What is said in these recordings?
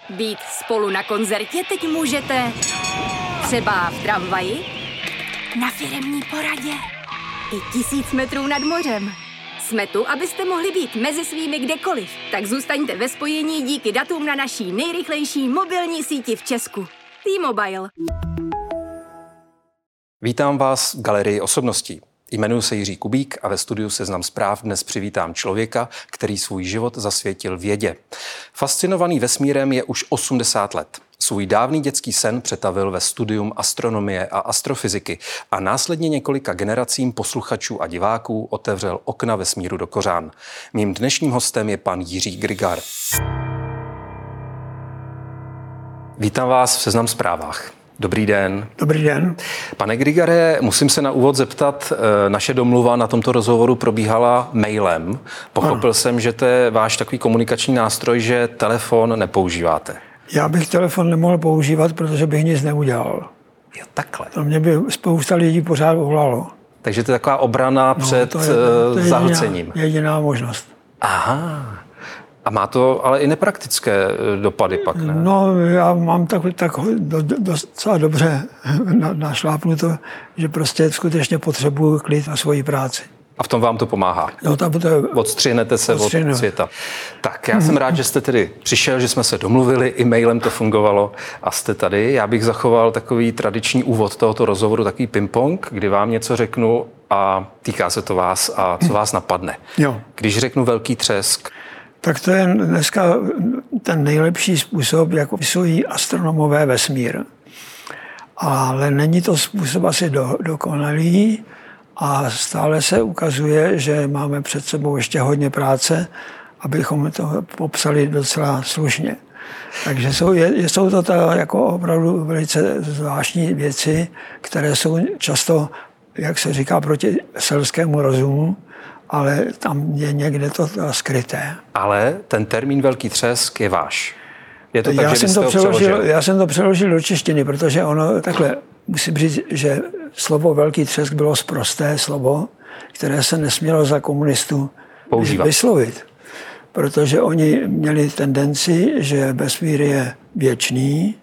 Být spolu na koncertě teď můžete třeba v tramvaji, na firemní poradě i 1000 metrů nad mořem. Jsme tu, abyste mohli být mezi svými kdekoliv. Tak zůstaňte ve spojení díky datům na naší nejrychlejší mobilní síti v Česku. T-Mobile. Vítám vás v Galerii osobností. Jmenuji se Jiří Kubík a ve studiu Seznam zpráv dnes přivítám člověka, který svůj život zasvětil vědě. Fascinovaný vesmírem je už 80 let. Svůj dávný dětský sen přetavil ve studium astronomie a astrofyziky a následně několika generacím posluchačů a diváků otevřel okna vesmíru do kořán. Mým dnešním hostem je pan Jiří Grigar. Vítám vás v Seznam zprávách. Dobrý den. Dobrý den. Pane Grigare, musím se na úvod zeptat, naše domluva na tomto rozhovoru probíhala mailem. Pochopil jsem, že to je váš takový komunikační nástroj, že telefon nepoužíváte. Já bych telefon nemohl používat, protože bych nic neudělal. Jo, takhle. To mě by spousta lidí pořád volalo. Takže to je taková obrana před to je zahlcením. Jediná možnost. Aha. A má to ale i nepraktické dopady pak, ne? No, já mám docela dobře našlápnuto, že prostě skutečně potřebuji klid a svoji práci. A v tom vám to pomáhá? No, Odstřihnete se od světa. Tak já jsem rád, že jste tedy přišel, že jsme se domluvili, i mailem to fungovalo a jste tady. Já bych zachoval takový tradiční úvod tohoto rozhovoru, takový ping-pong, kdy vám něco řeknu a týká se to vás a co vás napadne. Jo. Když řeknu velký třesk, tak to je dneska ten nejlepší způsob, jak opisují astronomové vesmír. Ale není to způsob asi dokonalý a stále se ukazuje, že máme před sebou ještě hodně práce, abychom to popsali docela slušně. Takže jsou to jako opravdu velice zvláštní věci, které jsou často, jak se říká, proti selskému rozumu, ale tam je někde to skryté. Ale ten termín velký třesk je váš. Je to tak, já jsem to přeložil do češtiny, protože ono takhle, musím říct, že slovo velký třesk bylo sprosté slovo, které se nesmělo za komunistů vyslovit. Protože oni měli tendenci, že vesmír je věčný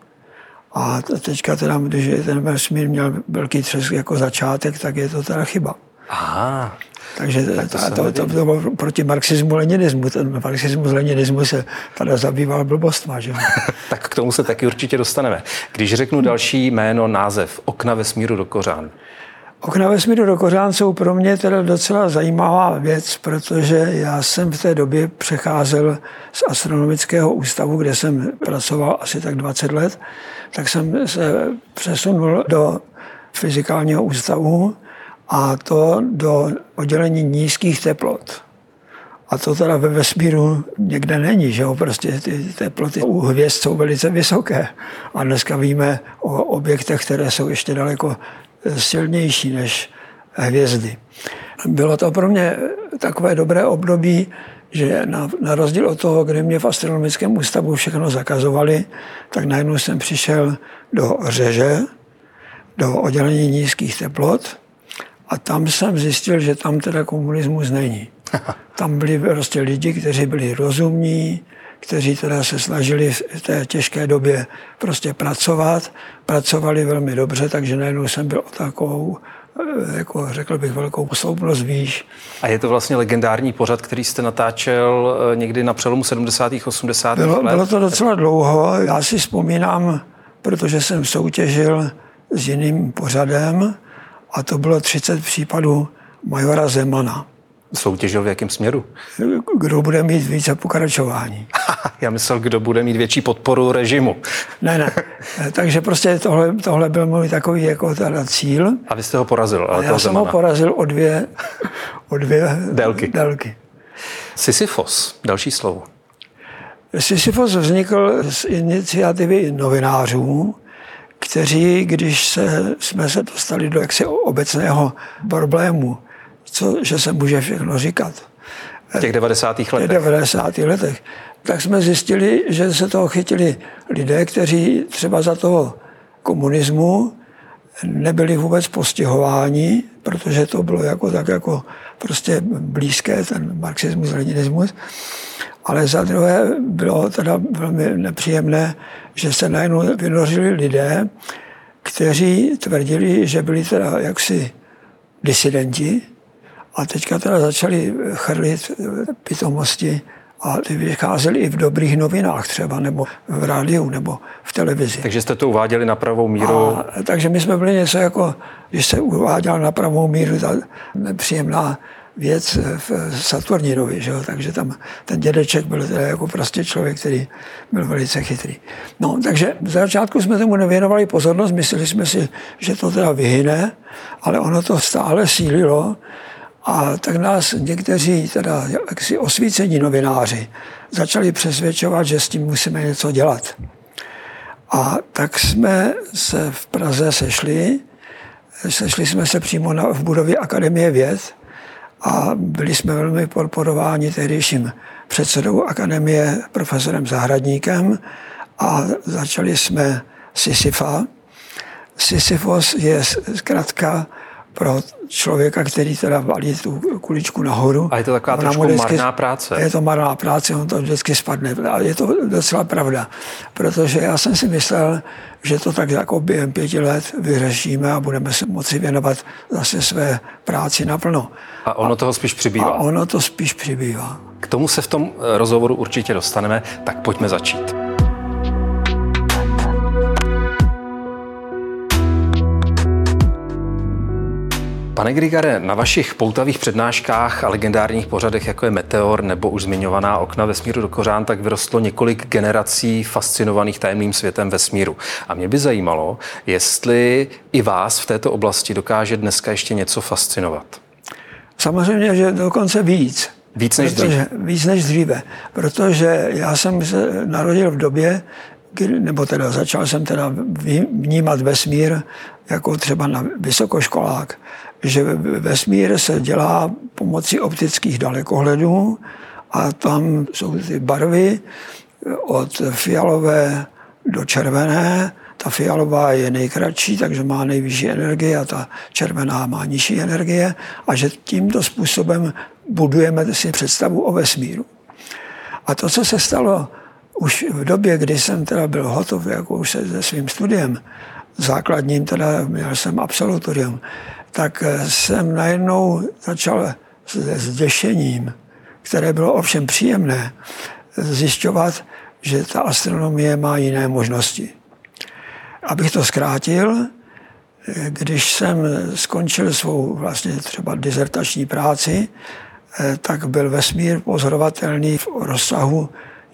a teďka teda, když ten vesmír měl velký třesk jako začátek, tak je to teda chyba. Aha. Takže to bylo proti marxismu-leninismu. Ten marxismus-leninismus se tady zabýval blbostma. Že? Tak k tomu se taky určitě dostaneme. Když řeknu další jméno, název, Okna vesmíru do kořán. Okna vesmíru do kořán jsou pro mě teda docela zajímavá věc, protože já jsem v té době přecházel z astronomického ústavu, kde jsem pracoval asi tak 20 let, tak jsem se přesunul do fyzikálního ústavu, a to do oddělení nízkých teplot. A to teda ve vesmíru někde není, že jo? Prostě ty teploty u hvězd jsou velice vysoké. A dneska víme o objektech, které jsou ještě daleko silnější než hvězdy. Bylo to pro mě takové dobré období, že na rozdíl od toho, kde mě v astronomickém ústavu všechno zakazovali, tak najednou jsem přišel do Řeže, do oddělení nízkých teplot, a tam jsem zjistil, že tam teda komunismus není. Tam byli prostě lidi, kteří byli rozumní, kteří teda se snažili v té těžké době prostě pracovat. Pracovali velmi dobře, takže najednou jsem byl takovou, jako řekl bych, velkou posloupnost výš. A je to vlastně legendární pořad, který jste natáčel někdy na přelomu 70. 80. let? Bylo to docela dlouho. Já si vzpomínám, protože jsem soutěžil s jiným pořadem, a to bylo 30 případů majora Zemana. Soutěžil v jakém směru? Kdo bude mít více pokračování. Já myslel, kdo bude mít větší podporu režimu. Ne. Takže prostě tohle byl můj takový jako teda cíl. A vy jste ho porazil. Ale já jsem ho porazil o dvě délky. Sisyfos, další slovo. Sisyfos vznikl z iniciativy novinářů, kteří, když jsme se dostali do jaksi obecného problému, že se může všechno říkat. V těch 90. letech. 90. letech. Tak jsme zjistili, že se toho chytili lidé, kteří třeba za toho komunismu nebyli vůbec postihováni, protože to bylo jako prostě blízké, ten marxismus, leninismus. Ale za druhé bylo teda velmi nepříjemné, že se najednou vynořili lidé, kteří tvrdili, že byli teda jaksi disidenti a teďka teda začali chrlit pitomosti a ty vycházely i v dobrých novinách třeba, nebo v rádiu, nebo v televizi. Takže jste to uváděli na pravou míru? Takže my jsme byli něco jako, když se uváděl na pravou míru ta nepříjemná věc v Saturninovi, že jo? Takže tam ten dědeček byl teda jako prostě člověk, který byl velice chytrý. No, takže v začátku jsme tomu nevěnovali pozornost, mysleli jsme si, že to teda vyhyne, ale ono to stále sílilo a tak nás někteří teda jaksi osvícení novináři začali přesvědčovat, že s tím musíme něco dělat. A tak jsme se v Praze sešli jsme se přímo v budově Akademie věd, a byli jsme velmi podporováni tehdejším předsedou akademie profesorem Zahradníkem a začali jsme Sisyfa. Sisyfos je zkratka pro člověka, který teda valí tu kuličku nahoru. A je to taková trošku marná práce. Je to marná práce, on to vždycky spadne. A je to docela pravda, protože já jsem si myslel, že to tak jako během 5 let vyřešíme a budeme se moci věnovat zase své práci naplno. A ono toho spíš přibývá. A ono to spíš přibývá. K tomu se v tom rozhovoru určitě dostaneme, tak pojďme začít. Pane Grigare, na vašich poutavých přednáškách a legendárních pořadech, jako je Meteor nebo už zmiňovaná Okna vesmíru do kořán, tak vyrostlo několik generací fascinovaných tajemným světem vesmíru. A mě by zajímalo, jestli i vás v této oblasti dokáže dneska ještě něco fascinovat. Samozřejmě, že dokonce víc. Víc než dříve. Víc než dříve, protože já jsem se narodil v době, nebo teda začal jsem teda vnímat vesmír jako třeba na vysokoškolák, že vesmír se dělá pomocí optických dalekohledů a tam jsou ty barvy od fialové do červené. Ta fialová je nejkratší, takže má nejvyšší energii a ta červená má nižší energie a že tímto způsobem budujeme si představu o vesmíru. A to, co se stalo už v době, kdy jsem teda byl hotov jako už se svým studiem základním, teda měl jsem absolutorium, tak jsem najednou začal s děšením, které bylo ovšem příjemné, zjišťovat, že ta astronomie má jiné možnosti. Abych to zkrátil, když jsem skončil svou vlastně třeba dizertační práci, tak byl vesmír pozorovatelný v rozsahu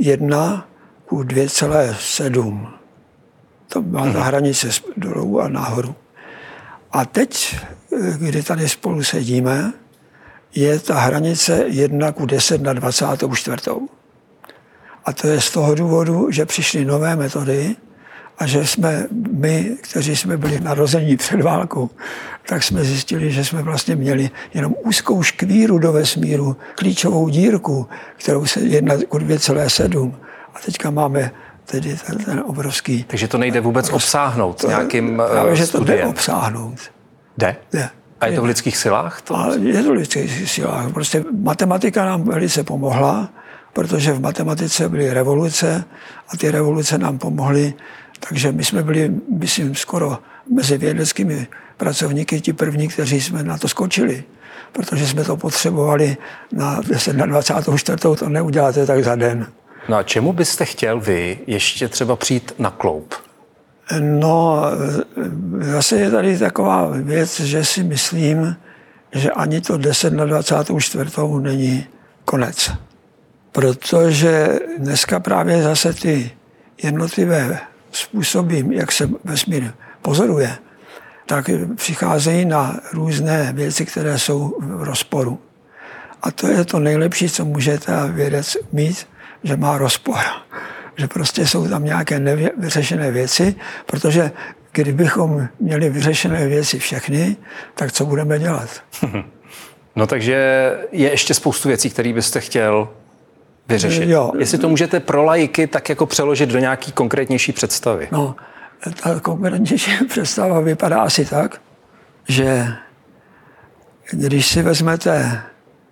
1:2,7. To byla ta hranice dolů a nahoru. A teď, kdy tady spolu sedíme, je ta hranice 1:10^24. A to je z toho důvodu, že přišly nové metody a že jsme my, kteří jsme byli narození před válkou, tak jsme zjistili, že jsme vlastně měli jenom úzkou škvíru do vesmíru, klíčovou dírku, kterou se 1:2,7. A teďka máme tedy ten obrovský... Takže to nejde vůbec obsáhnout nějakým právě, že to studiem. jde obsáhnout. Jde? Jde. A je to v lidských silách? A je to v lidských silách. Prostě matematika nám velice pomohla, protože v matematice byly revoluce a ty revoluce nám pomohly. Takže my jsme byli, myslím, skoro mezi vědeckými pracovníky ti první, kteří jsme na to skočili. Protože jsme to potřebovali na 10/24. To neuděláte tak za den. No a čemu byste chtěl vy ještě třeba přijít na kloub? No, zase je tady taková věc, že si myslím, že ani to 10/24 není konec. Protože dneska právě zase ty jednotlivé způsoby, jak se vesmír pozoruje, tak přicházejí na různé věci, které jsou v rozporu. A to je to nejlepší, co může ta vědec mít, že má rozpor. Že prostě jsou tam nějaké nevyřešené věci, protože kdybychom měli vyřešené věci všechny, tak co budeme dělat? No takže je ještě spoustu věcí, které byste chtěl vyřešit. Jo. Jestli to můžete pro laiky tak jako přeložit do nějaký konkrétnější představy. No, ta konkrétnější představa vypadá asi tak, že když si vezmete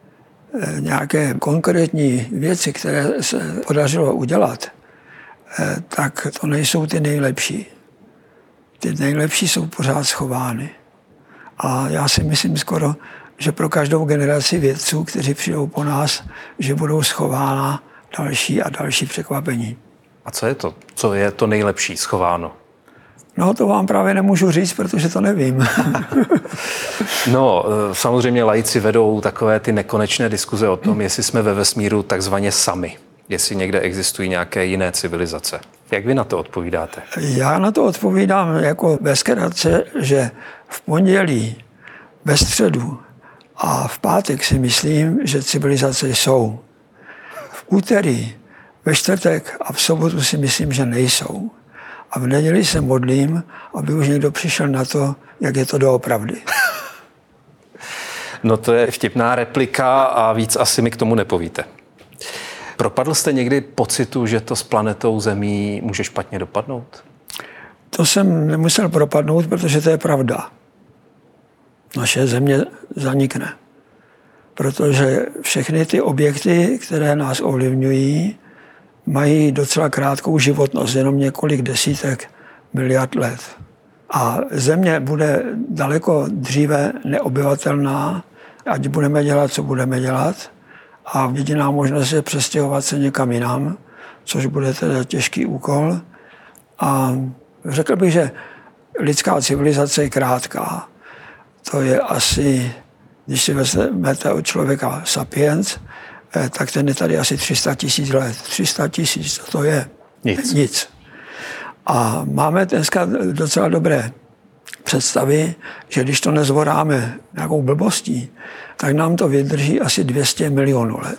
nějaké konkrétní věci, které se podařilo udělat, tak to nejsou ty nejlepší. Ty nejlepší jsou pořád schovány. A já si myslím skoro, že pro každou generaci vědců, kteří přijdou po nás, že budou schována další a další překvapení. A co je to? Co je to nejlepší schováno? No, to vám právě nemůžu říct, protože to nevím. No, samozřejmě laici vedou takové ty nekonečné diskuze o tom, jestli jsme ve vesmíru takzvaně sami. Jestli někde existují nějaké jiné civilizace. Jak vy na to odpovídáte? Já na to odpovídám jako ve zkratce, že v pondělí, ve středu a v pátek si myslím, že civilizace jsou. V úterý, ve čtvrtek a v sobotu si myslím, že nejsou. A v neděli se modlím, aby už někdo přišel na to, jak je to doopravdy. No to je vtipná replika a víc asi mi k tomu nepovíte. Propadl jste někdy pocitu, že to s planetou Zemí může špatně dopadnout? To jsem nemusel propadnout, protože to je pravda. Naše Země zanikne. Protože všechny ty objekty, které nás ovlivňují, mají docela krátkou životnost, jenom několik desítek miliard let. A Země bude daleko dříve neobyvatelná, ať budeme dělat, co budeme dělat. A jediná možnost je přestěhovat se někam jinam, což bude teda těžký úkol. A řekl bych, že lidská civilizace je krátká. To je asi, když si vezmete od člověka sapiens, tak ten je tady asi 300 000 let. 300 000, co to je? Nic. A máme dneska docela dobré představy, že když to nezvoráme nějakou blbostí, tak nám to vydrží asi 200 milionů let.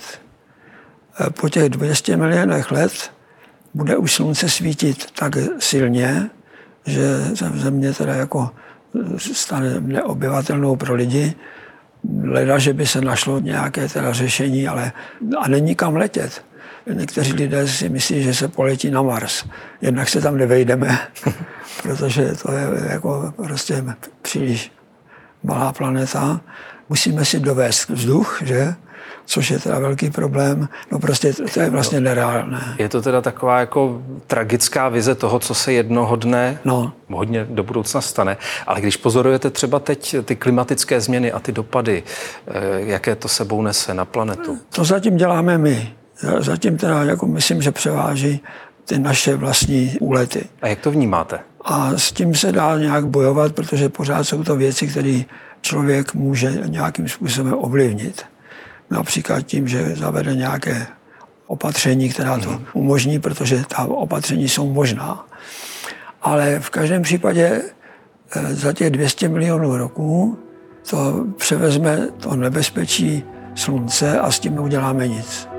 Po těch 200 milionech let bude už slunce svítit tak silně, že Země teda jako stane neobyvatelnou pro lidi. Leda, že by se našlo nějaké teda řešení, ale a není kam letět. Někteří lidé si myslí, že se poletí na Mars. Jednak se tam nevejdeme, protože to je jako prostě příliš malá planeta. Musíme si dovést vzduch, že? Což je teda velký problém. No prostě to je vlastně nereálné. Je to teda taková jako tragická vize toho, co se jednoho dne hodně do budoucna stane. Ale když pozorujete třeba teď ty klimatické změny a ty dopady, jaké to sebou nese na planetu? To zatím děláme my. Zatím teda jako myslím, že převáží ty naše vlastní úlety. A jak to vnímáte? A s tím se dá nějak bojovat, protože pořád jsou to věci, které člověk může nějakým způsobem ovlivnit. Například tím, že zavede nějaké opatření, která to umožní, protože ta opatření jsou možná. Ale v každém případě za těch 200 milionů roků to převezme to nebezpečí slunce a s tím neuděláme nic.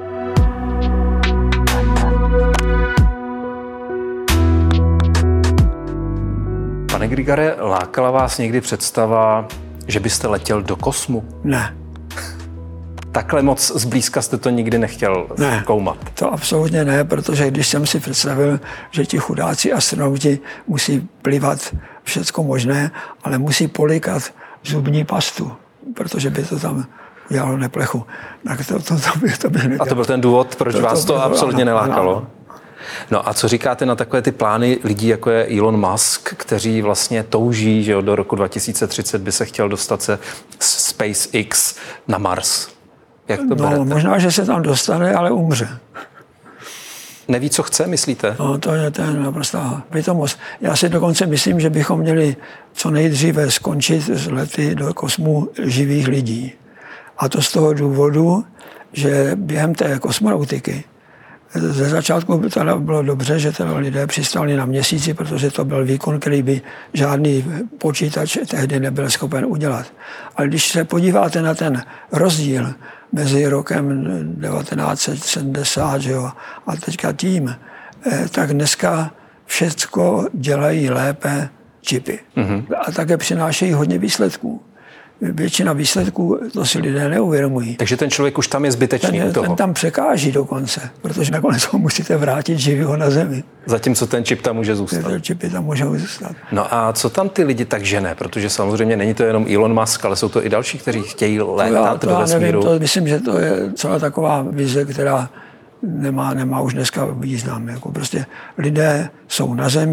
Pane Grigare, lákala vás někdy představa, že byste letěl do kosmu? Ne. Takhle moc zblízka jste to nikdy nechtěl zkoumat? To absolutně ne, protože když jsem si představil, že ti chudáci astronauti musí plivat všecko možné, ale musí polikat zubní pastu, protože by to tam udělalo neplechu. Tak to by nedělalo. A to byl ten důvod, proč vás to absolutně nelákalo? Ano. No a co říkáte na takové ty plány lidí, jako je Elon Musk, kteří vlastně touží, že do roku 2030 by se chtěl dostat se SpaceX na Mars? Jak to berete? Možná, že se tam dostane, ale umře. Neví, co chce, myslíte? No, to je naprostá pitomost. Já si dokonce myslím, že bychom měli co nejdříve skončit s lety do kosmu živých lidí. A to z toho důvodu, že během té kosmonautiky ze začátku by teda bylo dobře, že teda lidé přistáli na Měsíci, protože to byl výkon, který by žádný počítač tehdy nebyl schopen udělat. Ale když se podíváte na ten rozdíl mezi rokem 1970 a teďka tím, tak dneska všecko dělají lépe čipy. A také přinášejí hodně výsledků. většina výsledků to si lidé neuvědomují. Takže ten člověk už tam je zbytečný u toho. Ten tam překáží dokonce, protože nakonec ho musíte vrátit živýho na zemi. Zatímco ten čip tam může zůstat. Ten čipy tam můžou zůstat. No a co tam ty lidi tak žene? Protože samozřejmě není to jenom Elon Musk, ale jsou to i další, kteří chtějí létat do vesmíru. Nevím, myslím, že to je celá taková vize, která nemá už dneska význam. Jako prostě lidé jsou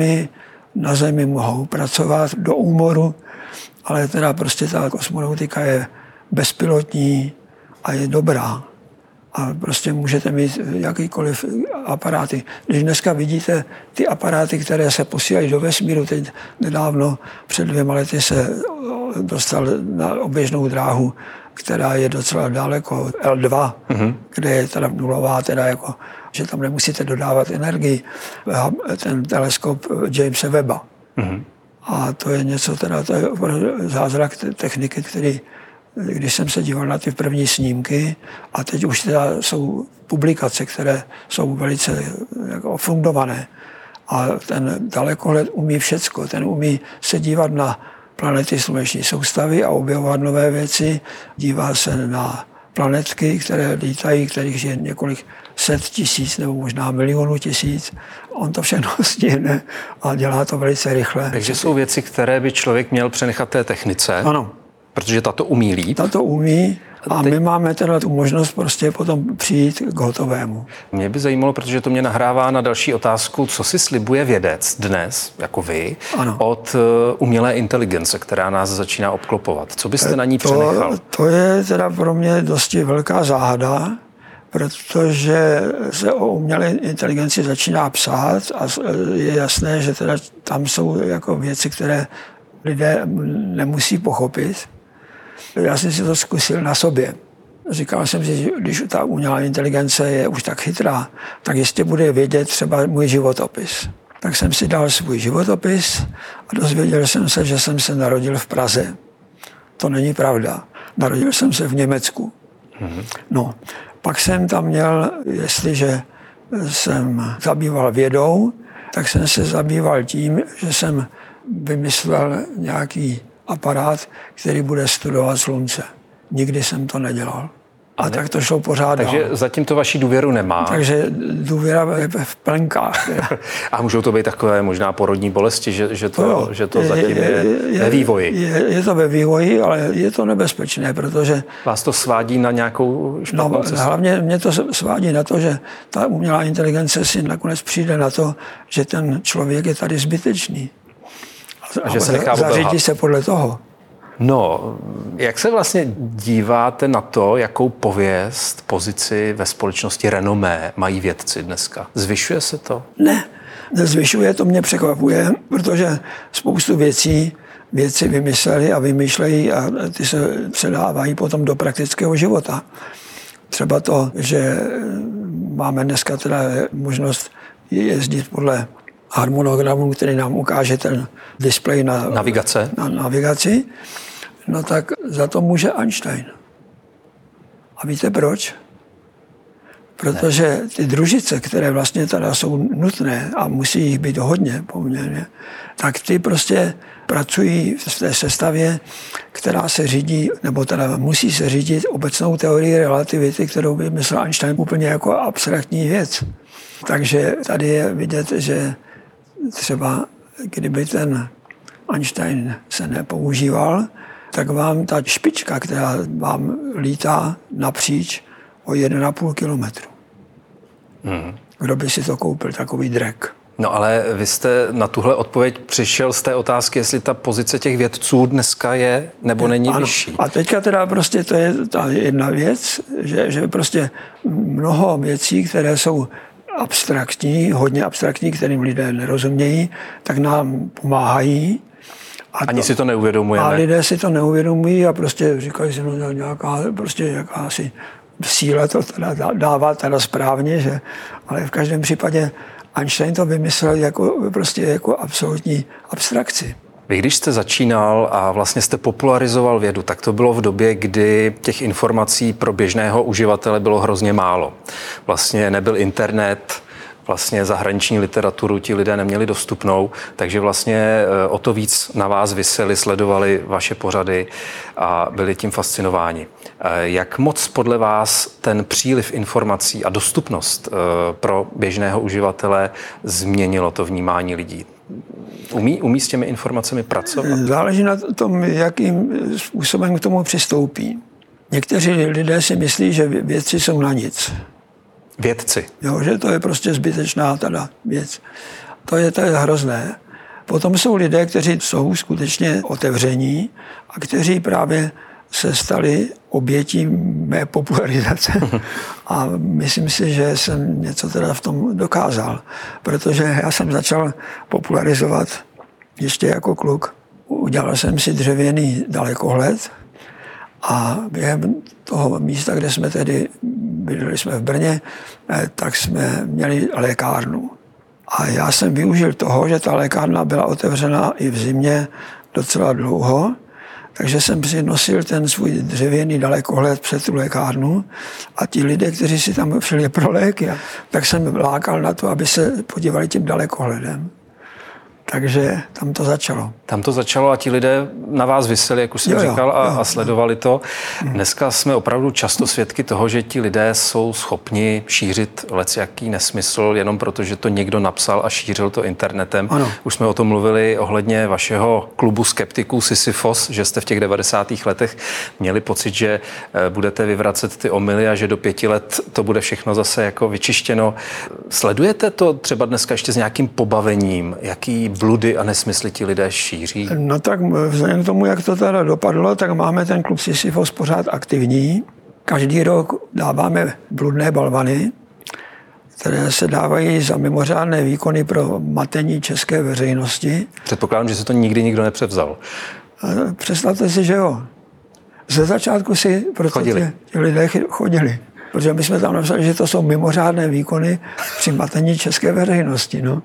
na zemi mohou pracovat do úmoru, ale teda prostě ta kosmonautika je bezpilotní a je dobrá. A prostě můžete mít jakýkoliv aparáty. Když dneska vidíte ty aparáty, které se posílají do vesmíru, teď nedávno před 2 lety se dostal na oběžnou dráhu, která je docela daleko, L2, kde je teda nulová, teda jako, že tam nemusíte dodávat energii. Ten teleskop Jamese Webba. A to je něco, teda, to je zázrak techniky, který, když jsem se díval na ty první snímky, a teď už teda jsou publikace, které jsou velice jako fundované. A ten dalekohled umí všecko. Ten umí se dívat na planety sluneční soustavy a objevovat nové věci. Dívá se na planetky, které lítají, kterých je několik set tisíc nebo možná milionů tisíc. On to všechno stihne a dělá to velice rychle. Takže jsou věci, které by člověk měl přenechat té technice. Ano. Protože tato umí líp. Tato umí a my máme teda tu možnost prostě potom přijít k hotovému. Mě by zajímalo, protože to mě nahrává na další otázku, co si slibuje vědec dnes, jako vy, od umělé inteligence, která nás začíná obklopovat. Co byste na ní přenechal? To je teda pro mě dosti velká záhada, protože se o umělé inteligenci začíná psát a je jasné, že teda tam jsou jako věci, které lidé nemusí pochopit. Já jsem si to zkusil na sobě. Říkal jsem si, že když ta umělá inteligence je už tak chytrá, tak jistě bude vědět třeba můj životopis. Tak jsem si dal svůj životopis a dozvěděl jsem se, že jsem se narodil v Praze. To není pravda. Narodil jsem se v Německu. No, pak jsem tam měl, jestliže jsem zabýval vědou, tak jsem se zabýval tím, že jsem vymyslel nějaký aparát, který bude studovat slunce. Nikdy jsem to nedělal. A tak to šlo pořád. Takže zatím to vaši důvěru nemá. Takže důvěra je v plenkách. A můžou to být takové možná porodní bolesti, že to zatím je ve vývoji. Je to ve vývoji, ale je to nebezpečné, protože... Vás to svádí na nějakou špatnou cestu? Hlavně mě to svádí na to, že ta umělá inteligence si nakonec přijde na to, že ten člověk je tady zbytečný. A že se nechá zařídí se podle toho. No, jak se vlastně díváte na to, jakou pověst, pozici ve společnosti renomé mají vědci dneska? Zvyšuje se to? Ne, nezvyšuje, to mě překvapuje, protože spoustu věcí vědci vymysleli a vymýšlejí a ty se předávají potom do praktického života. Třeba to, že máme dneska teda možnost jezdit podle harmonogramu, který nám ukáže ten displej na navigaci, no tak za to může Einstein. A víte proč? Protože ty družice, které vlastně teda jsou nutné a musí jich být hodně poměrně, tak ty prostě pracují v té sestavě, která se řídí, nebo teda musí se řídit obecnou teorií relativity, kterou vymyslel Einstein úplně jako abstraktní věc. Takže tady je vidět, že třeba kdyby ten Einstein se nepoužíval, tak vám ta špička, která vám lítá napříč o 1,5 kilometru. Kdo by si to koupil, takový drek? No ale vy jste na tuhle odpověď přišel z té otázky, jestli ta pozice těch vědců dneska je nebo není vyšší. A teďka teda prostě to je ta jedna věc, že prostě mnoho věcí, které jsou abstraktní, hodně abstraktní, kterým lidé nerozumějí, tak nám pomáhají. Ani si to neuvědomujeme. A lidé si to neuvědomují a prostě říkají si, no nějaká, prostě jakási síla to teda dává teda správně, že? Ale v každém případě Einstein to vymyslel jako absolutní abstrakci. Vy když jste začínal a vlastně jste popularizoval vědu, tak to bylo v době, kdy těch informací pro běžného uživatele bylo hrozně málo. Vlastně nebyl internet, vlastně zahraniční literaturu ti lidé neměli dostupnou, takže vlastně o to víc na vás viseli, sledovali vaše pořady a byli tím fascinováni. Jak moc podle vás ten příliv informací a dostupnost pro běžného uživatele změnilo to vnímání lidí? Umí s těmi informacemi pracovat? Záleží na tom, jakým způsobem k tomu přistoupí. Někteří lidé si myslí, že vědci jsou na nic. Vědci? Jo, že to je prostě zbytečná teda věc. To je hrozné. Potom jsou lidé, kteří jsou skutečně otevření a kteří právě se stali obětí mé popularizace. A myslím si, že jsem něco teda v tom dokázal. Protože já jsem začal popularizovat ještě jako kluk. Udělal jsem si dřevěný dalekohled a během toho místa, kde jsme tedy bydleli jsme v Brně, tak jsme měli lékárnu. A já jsem využil toho, že ta lékárna byla otevřena i v zimě docela dlouho, takže jsem si nosil ten svůj dřevěný dalekohled před tu lékárnu a ti lidé, kteří si tam šli pro léky, tak jsem lákal na to, aby se podívali tím dalekohledem. Takže tam to začalo. Tam to začalo a ti lidé na vás viseli, jak už jsem říkal, a sledovali to. Dneska jsme opravdu často svědky toho, že ti lidé jsou schopni šířit lecjaký nesmysl, jenom proto, že to někdo napsal a šířil to internetem. Ano. Už jsme o tom mluvili ohledně vašeho klubu skeptiků Sisyfos, že jste v těch 90. letech měli pocit, že budete vyvracet ty omyly a že do 5 let to bude všechno zase jako vyčištěno. Sledujete to třeba dneska ještě s nějakým pobavením, jaký bludy a nesmysly ti lidé šíří? No tak vzhledem k tomu, jak to teda dopadlo, tak máme ten klub Sisyfos pořád aktivní. Každý rok dáváme bludné balvany, které se dávají za mimořádné výkony pro matení české veřejnosti. Předpokládám, že se to nikdy nikdo nepřevzal. Představte si, že jo. Ze začátku si proto ti lidé chodili. Protože my jsme tam napsali, že to jsou mimořádné výkony při matení české veřejnosti. No.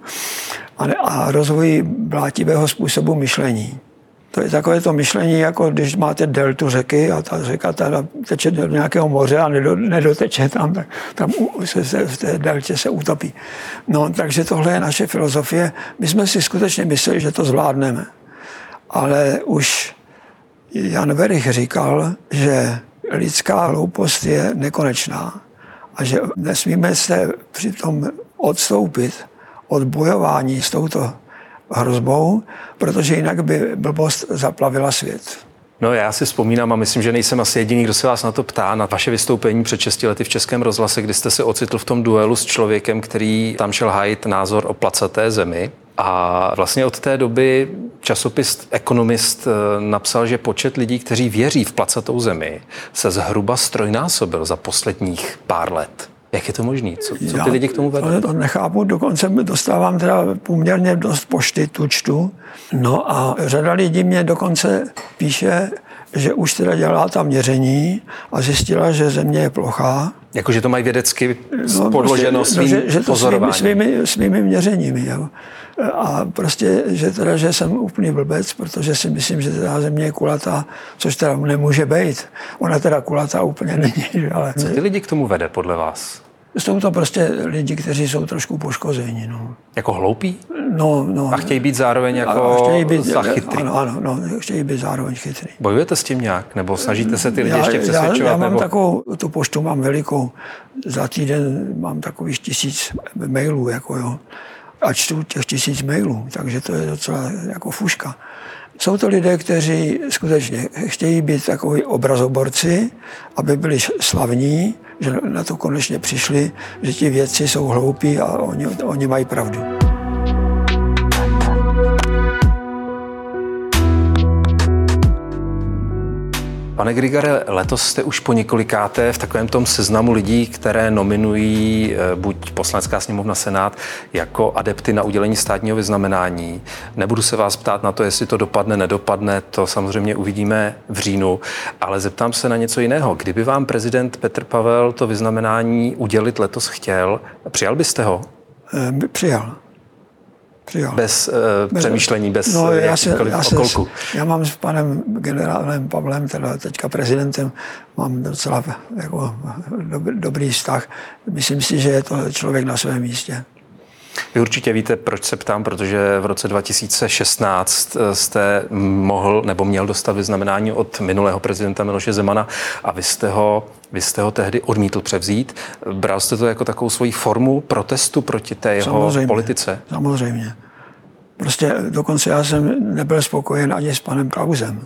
A rozvoji blátivého způsobu myšlení. To je takové to myšlení, jako když máte deltu řeky a ta řeka teda teče do nějakého moře a nedoteče tam, tak tam se v té deltě se utopí. No, takže tohle je naše filozofie. My jsme si skutečně mysleli, že to zvládneme. Ale už Jan Werich říkal, že lidská hloupost je nekonečná a že nesmíme se přitom odstoupit od bojování s touto hrozbou, protože jinak by blbost zaplavila svět. No já si vzpomínám a myslím, že nejsem asi jediný, kdo se vás na to ptá, na vaše vystoupení před 6 lety v Českém rozhlase, kdy jste se ocitl v tom duelu s člověkem, který tam šel hájit názor o placaté zemi. A vlastně od té doby časopis Economist napsal, že počet lidí, kteří věří v placatou zemi, se zhruba ztrojnásobil za posledních pár let. Jak je to možné? Co ty lidi k tomu vedou? To nechápu, dokonce dostávám teda poměrně dost pošty, tu čtu. No a řada lidí mě dokonce píše, že už teda dělá ta měření a zjistila, že země je plochá. Jakože to mají vědecky podloženo svým pozorováním. Svými měřeními. Jo. A prostě, že jsem úplný blbec, protože si myslím, že teda země je kulatá, což teda nemůže být. Ona teda kulatá úplně není. Ale... Co ty lidi k tomu vede podle vás? Jsou to prostě lidi, kteří jsou trošku poškození. No. Jako hloupí? No. A chtějí být zároveň jako chytrý. Ano, chtějí být zároveň chytrý. Bojujete s tím nějak? Nebo snažíte se ty lidi ještě přesvědčovat? Já mám takovou, tu poštu mám velikou. Za týden mám takových 1000 mailů, jako jo. A čtu těch 1000 mailů, takže to je docela jako fuška. Jsou to lidé, kteří skutečně chtějí být takoví obrazoborci, aby byli slavní, že na to konečně přišli, že ti vědci jsou hloupí a oni mají pravdu. Pane Grigare, letos jste už po několikáté v takovém tom seznamu lidí, které nominují buď Poslanecká sněmovna, Senát jako adepty na udělení státního vyznamenání. Nebudu se vás ptát na to, jestli to dopadne, nedopadne, to samozřejmě uvidíme v říjnu, ale zeptám se na něco jiného. Kdyby vám prezident Petr Pavel to vyznamenání udělit letos chtěl, přijal byste ho? Přijal. Bez přemýšlení, bez jakýchkoliv okolků. Já mám s panem generálem Pavlem, teda teďka prezidentem, mám docela jako dobrý vztah. Myslím si, že je to člověk na svém místě. Vy určitě víte, proč se ptám, protože v roce 2016 jste mohl nebo měl dostat vyznamenání od minulého prezidenta Miloše Zemana a vy jste ho tehdy odmítl převzít. Bral jste to jako takovou svoji formu protestu proti té jeho politice? Samozřejmě. Prostě dokonce já jsem nebyl spokojen ani s panem Klausem.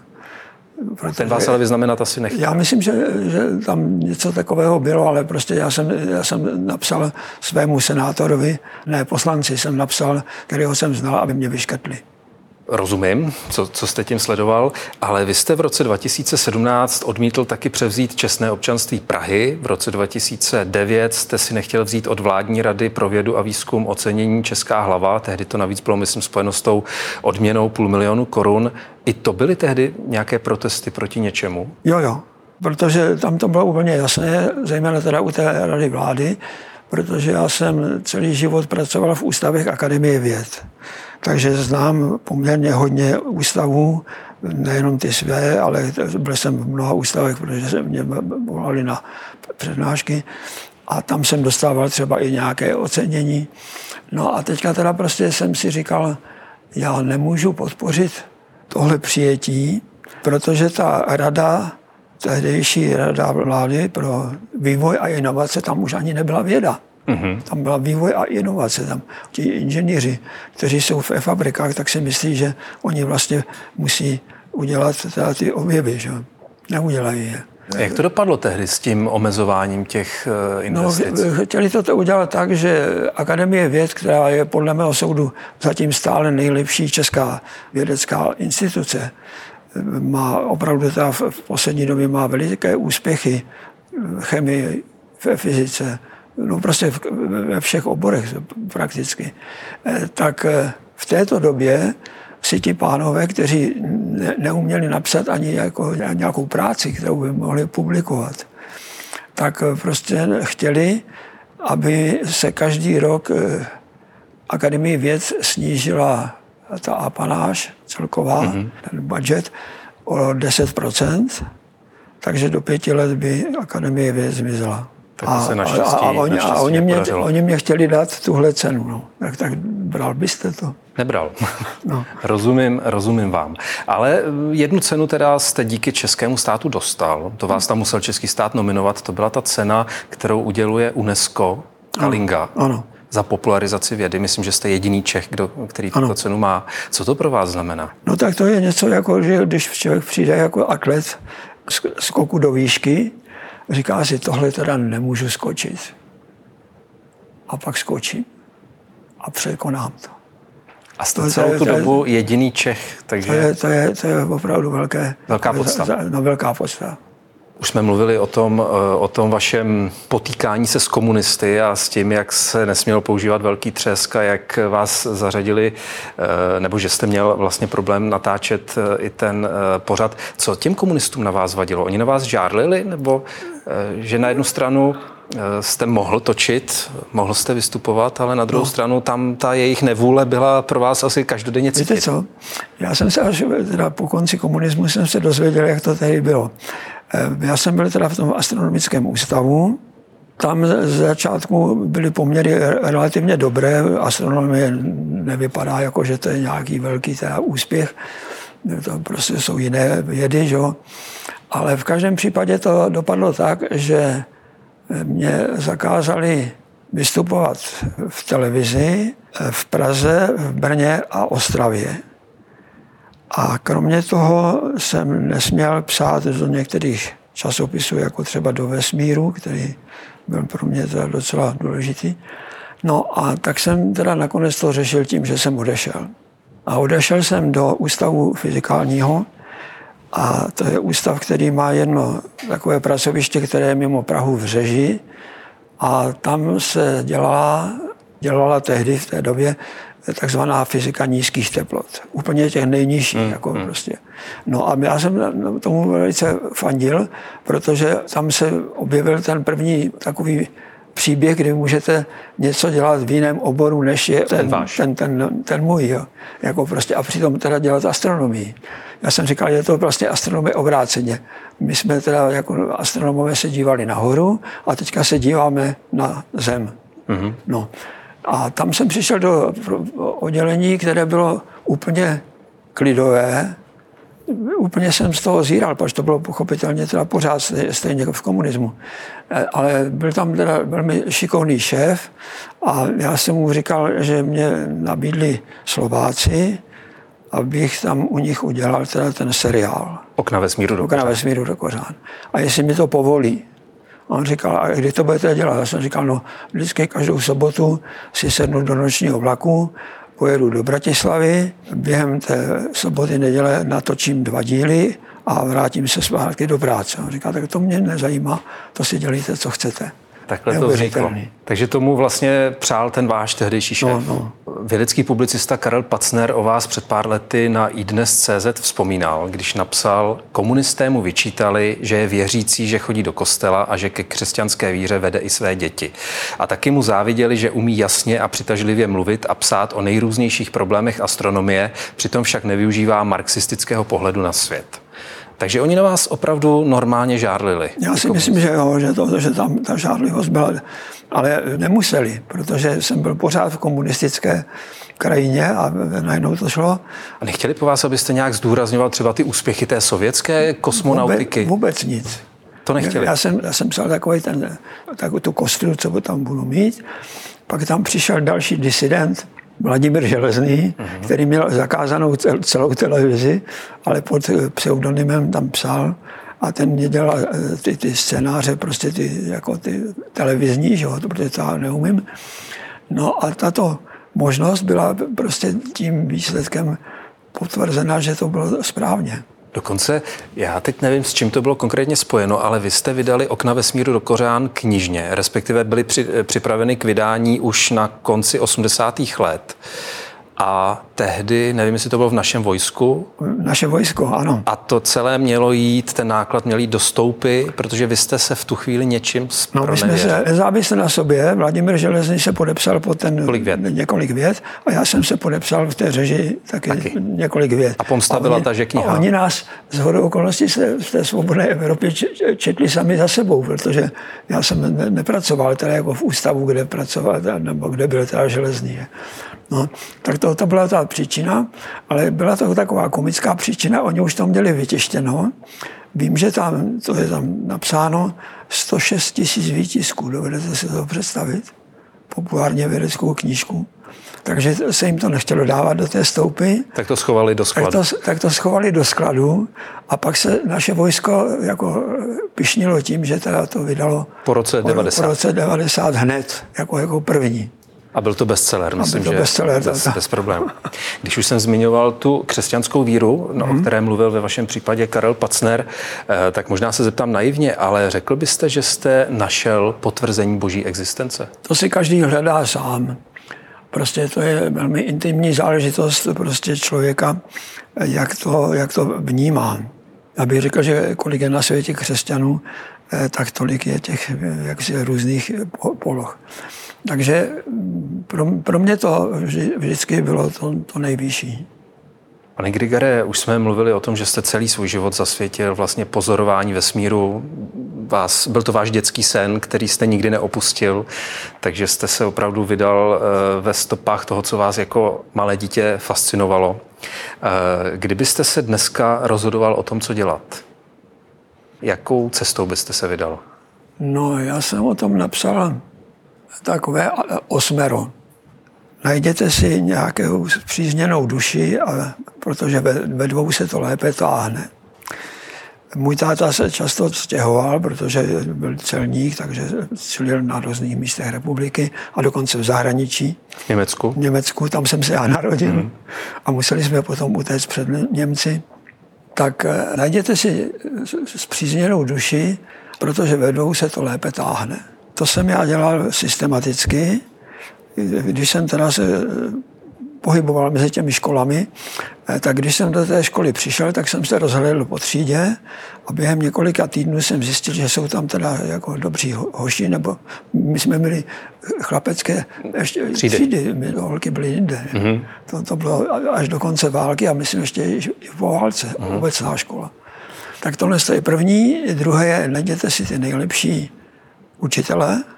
Ten vás ale vyznamenat asi nechtěl. Já myslím, že tam něco takového bylo, ale prostě já jsem napsal svému senátorovi, ne poslanci, jsem napsal, kterého jsem znal, aby mě vyškrtli. Rozumím, co jste tím sledoval, ale vy jste v roce 2017 odmítl taky převzít čestné občanství Prahy. V roce 2009 jste si nechtěl vzít od vládní rady pro vědu a výzkum ocenění Česká hlava. Tehdy to navíc bylo, myslím, spojeno s tou odměnou 500 000 korun. I to byly tehdy nějaké protesty proti něčemu? Jo, protože tam to bylo úplně jasné, zejména teda u té rady vlády, protože já jsem celý život pracoval v ústavech Akademie věd. Takže znám poměrně hodně ústavů, nejenom ty své, ale byl jsem v mnoha ústavech, protože se mě volali na přednášky a tam jsem dostával třeba i nějaké ocenění. No a teďka teda prostě jsem si říkal, já nemůžu podpořit tohle přijetí, protože ta rada, tehdejší rada vlády pro vývoj a inovace, tam už ani nebyla věda. Mm-hmm. Tam byla vývoj a inovace. Tam ti inženýři, kteří jsou v fabrikách, tak si myslí, že oni vlastně musí udělat ty objevy, že neudělají je. Jak to dopadlo tehdy s tím omezováním těch investic? No, chtěli to udělat tak, že Akademie věd, která je podle mého soudu zatím stále nejlepší česká vědecká instituce, má opravdu v poslední době má veliké úspěchy v chemii, ve fyzice, no prostě ve všech oborech prakticky. Tak v této době si ti pánové, kteří neuměli napsat ani nějakou práci, kterou by mohli publikovat, tak prostě chtěli, aby se každý rok Akademii věd snížila ta apanáž celková, ten budget, o 10%, takže do 5 let by Akademie věd zmizela. A oni mě chtěli dát tuhle cenu. No. Tak bral byste to? Nebral. No. Rozumím vám. Ale jednu cenu teda jste díky českému státu dostal. To vás tam musel český stát nominovat. To byla ta cena, kterou uděluje UNESCO, Kalinga. Ano. Za popularizaci vědy. Myslím, že jste jediný Čech, který tuto cenu má. Co to pro vás znamená? No tak to je něco jako, že když člověk přijde jako atlet skoku do výšky, říká si, tohle teda nemůžu skočit. A pak skočím. A překonám to. A jste celou tu dobu jediný Čech, takže... To je opravdu velká podsta. Velká podsta. Už jsme mluvili o tom vašem potýkání se s komunisty a s tím, jak se nesmělo používat velký třesk a jak vás zařadili, nebo že jste měl vlastně problém natáčet i ten pořad. Co těm komunistům na vás vadilo? Oni na vás žárlili, nebo že na jednu stranu jste mohl točit, mohl jste vystupovat, ale na druhou stranu tam ta jejich nevůle byla pro vás asi každodenně cítit. Víte co? Já jsem se až teda po konci komunismu jsem se dozvěděl, jak to tady bylo. Já jsem byl teda v tom astronomickém ústavu. Tam z začátku byly poměry relativně dobré. Astronomie nevypadá jako, že to je nějaký velký teda úspěch. To prostě jsou jiné vědy, že? Ale v každém případě to dopadlo tak, že mě zakázali vystupovat v televizi, v Praze, v Brně a Ostravě. A kromě toho jsem nesměl psát do některých časopisů, jako třeba do Vesmíru, který byl pro mě teda docela důležitý. No a tak jsem teda nakonec to řešil tím, že jsem odešel. A odešel jsem do ústavu fyzikálního, a to je ústav, který má jedno takové pracoviště, které je mimo Prahu v Řeži. A tam se dělala tehdy v té době takzvaná fyzika nízkých teplot. Úplně těch nejnižších. Jako prostě. No a já jsem tomu velice fandil, protože tam se objevil ten první takový příběh, kdy můžete něco dělat v jiném oboru, než je ten můj. Jo. Jako prostě, a přitom teda dělat astronomii. Já jsem říkal, že je to vlastně astronomie obráceně. My jsme teda jako astronomové se dívali nahoru a teďka se díváme na Zem. Mm-hmm. No. A tam jsem přišel do oddělení, které bylo úplně klidové. Úplně jsem z toho zíral, protože to bylo pochopitelně teda pořád stejně jako v komunismu. Ale byl tam teda velmi šikovný šéf a já jsem mu říkal, že mě nabídli Slováci, abych tam u nich udělal teda ten seriál. Okna vesmíru do Kořán. A jestli mi to povolí. A on říkal, a kdy to budete dělat? Já jsem říkal, no vždycky každou sobotu si sednu do nočního vlaku, pojedu do Bratislavy, během té soboty, neděle natočím 2 díly a vrátím se zpátky do práce. On říká, tak to mě nezajímá, to si dělejte, co chcete. Takhle to vzniklo. Takže tomu vlastně přál ten váš tehdejší šéf. No. Vědecký publicista Karel Pacner o vás před pár lety na iDnes.cz vzpomínal, když napsal, komunisté mu vyčítali, že je věřící, že chodí do kostela a že ke křesťanské víře vede i své děti. A taky mu záviděli, že umí jasně a přitažlivě mluvit a psát o nejrůznějších problémech astronomie, přitom však nevyužívá marxistického pohledu na svět. Takže oni na vás opravdu normálně žárlili. Já si myslím, že jo, že tam ta žárlivost byla, ale nemuseli, protože jsem byl pořád v komunistické krajině a najednou to šlo. A nechtěli po vás, abyste nějak zdůrazňoval třeba ty úspěchy té sovětské kosmonautiky? Vůbec nic. To nechtěli? Já jsem psal takovou tu kostru, co tam budu mít. Pak tam přišel další disident, Vladimír Železný, který měl zakázanou celou televizi, ale pod pseudonymem tam psal a ten mě dělal ty scénáře, prostě ty televizní, že jo, protože to já neumím. No a tato možnost byla prostě tím výsledkem potvrzena, že to bylo správně. Dokonce, já teď nevím, s čím to bylo konkrétně spojeno, ale vy jste vydali Okna vesmíru do Kořán knižně, respektive byly připraveny k vydání už na konci 80. let. A tehdy, nevím, jestli to bylo v našem vojsku. Naše vojsko, ano. A to celé mělo jít, ten náklad měl jít do Stoupy, protože vy jste se v tu chvíli něčím zpronevěřili. No, my jsme se nezávisle na sobě, Vladimír Železný se podepsal pod ten několik vět a já jsem se podepsal v té řeži taky. Několik vět. A pomsta byla ta, že kniha. A oni nás z hodou okolností se v té svobodné Evropě četli sami za sebou, protože já jsem nepracoval teda jako v ústavu, kde pracoval, nebo kde byl teda Železný. No, tak to byla ta příčina, ale byla to taková komická příčina, oni už to měli vytištěno. Vím, že to je tam napsáno 106 000 výtisků, dovedete si to představit? Populárně vědeckou knížku. Takže se jim to nechtělo dávat do té Stoupy. Tak to schovali do skladu. Tak to schovali do skladu a pak se naše vojsko jako pyšnilo tím, že teda to vydalo po roce 90. Po roce 90 hned, jako první. A byl to bestseller, myslím, že bez problémů. Když už jsem zmiňoval tu křesťanskou víru, o které mluvil ve vašem případě Karel Pacner, tak možná se zeptám naivně, ale řekl byste, že jste našel potvrzení boží existence? To si každý hledá sám. Prostě to je velmi intimní záležitost prostě člověka, jak to vnímá. Já bych řekl, že kolik je na světě křesťanů, tak tolik je těch jaksi různých poloh. Takže pro mě to vždycky bylo to nejvyšší. Pane Grigare, už jsme mluvili o tom, že jste celý svůj život zasvětil vlastně pozorování vesmíru. Byl to váš dětský sen, který jste nikdy neopustil, takže jste se opravdu vydal ve stopách toho, co vás jako malé dítě fascinovalo. Kdybyste se dneska rozhodoval o tom, co dělat, jakou cestou byste se vydal? No, já jsem o tom napsal takové 8. Najděte si nějakou zpřízněnou duši, protože ve 2 se to lépe táhne. Můj táta se často stěhoval, protože byl celník, takže čilil na různých místech republiky a dokonce v zahraničí. V Německu? V Německu, tam jsem se já narodil a museli jsme potom utéct před Němci. Tak najděte si zpřízněnou duši, protože ve 2 se to lépe táhne. To jsem já dělal systematicky. Když jsem teda se pohyboval mezi těmi školami, tak když jsem do té školy přišel, tak jsem se rozhlédl po třídě a během několika týdnů jsem zjistil, že jsou tam teda jako dobří hoši, nebo my jsme měli chlapecké třídy, my holky byly jinde. To bylo až do konce války a myslím ještě i po válce, obecná škola. Tak tohle je první, druhé je, najděte si ty nejlepší učitele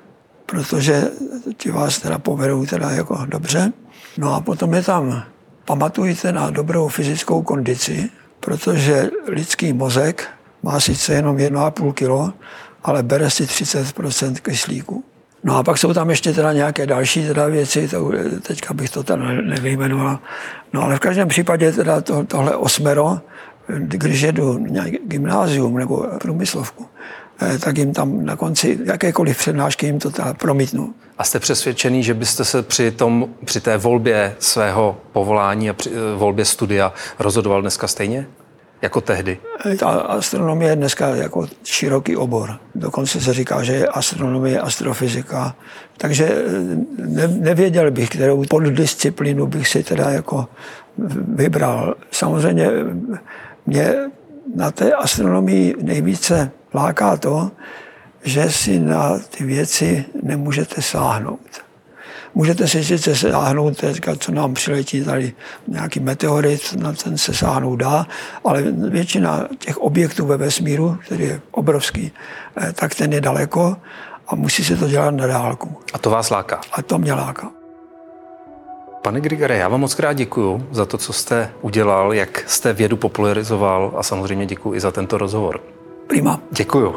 protože ti vás teda povedou teda jako dobře. No a potom je tam, pamatujte na dobrou fyzickou kondici, protože lidský mozek má sice jenom 1,5 kg, ale bere si 30% kyslíku. No a pak jsou tam ještě teda nějaké další teda věci, teďka bych to teda nevyjmenoval. No ale v každém případě teda tohle 8, když jedu nějaký gymnázium nebo průmyslovku, tak jim tam na konci jakékoliv přednášky jim to teda promítnu. A jste přesvědčený, že byste se při té volbě svého povolání a při volbě studia rozhodoval dneska stejně? Jako tehdy? Ta astronomie je dneska jako široký obor. Dokonce se říká, že je astronomie, astrofyzika. Takže nevěděl bych, kterou poddisciplínu bych si teda jako vybral. Samozřejmě mě na té astronomii nejvíce láká to, že si na ty věci nemůžete sáhnout. Můžete si sice sáhnout, teďka, co nám přiletí tady nějaký meteorit, na ten se sáhnout dá, ale většina těch objektů ve vesmíru, který je obrovský, tak ten je daleko a musí se to dělat na dálku. A to vás láká? A to mě láká. Pane Grigare, já vám moc krát děkuju za to, co jste udělal, jak jste vědu popularizoval a samozřejmě děkuju i za tento rozhovor. Prima. Děkuju.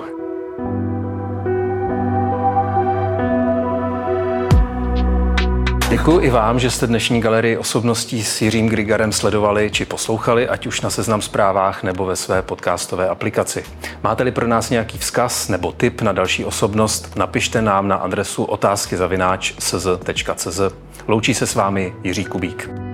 Děkuji i vám, že jste dnešní galerii osobností s Jiřím Grigarem sledovali či poslouchali, ať už na Seznam Zprávách nebo ve své podcastové aplikaci. Máte-li pro nás nějaký vzkaz nebo tip na další osobnost, napište nám na adresu otázky@cz.cz. Loučí se s vámi Jiří Kubík.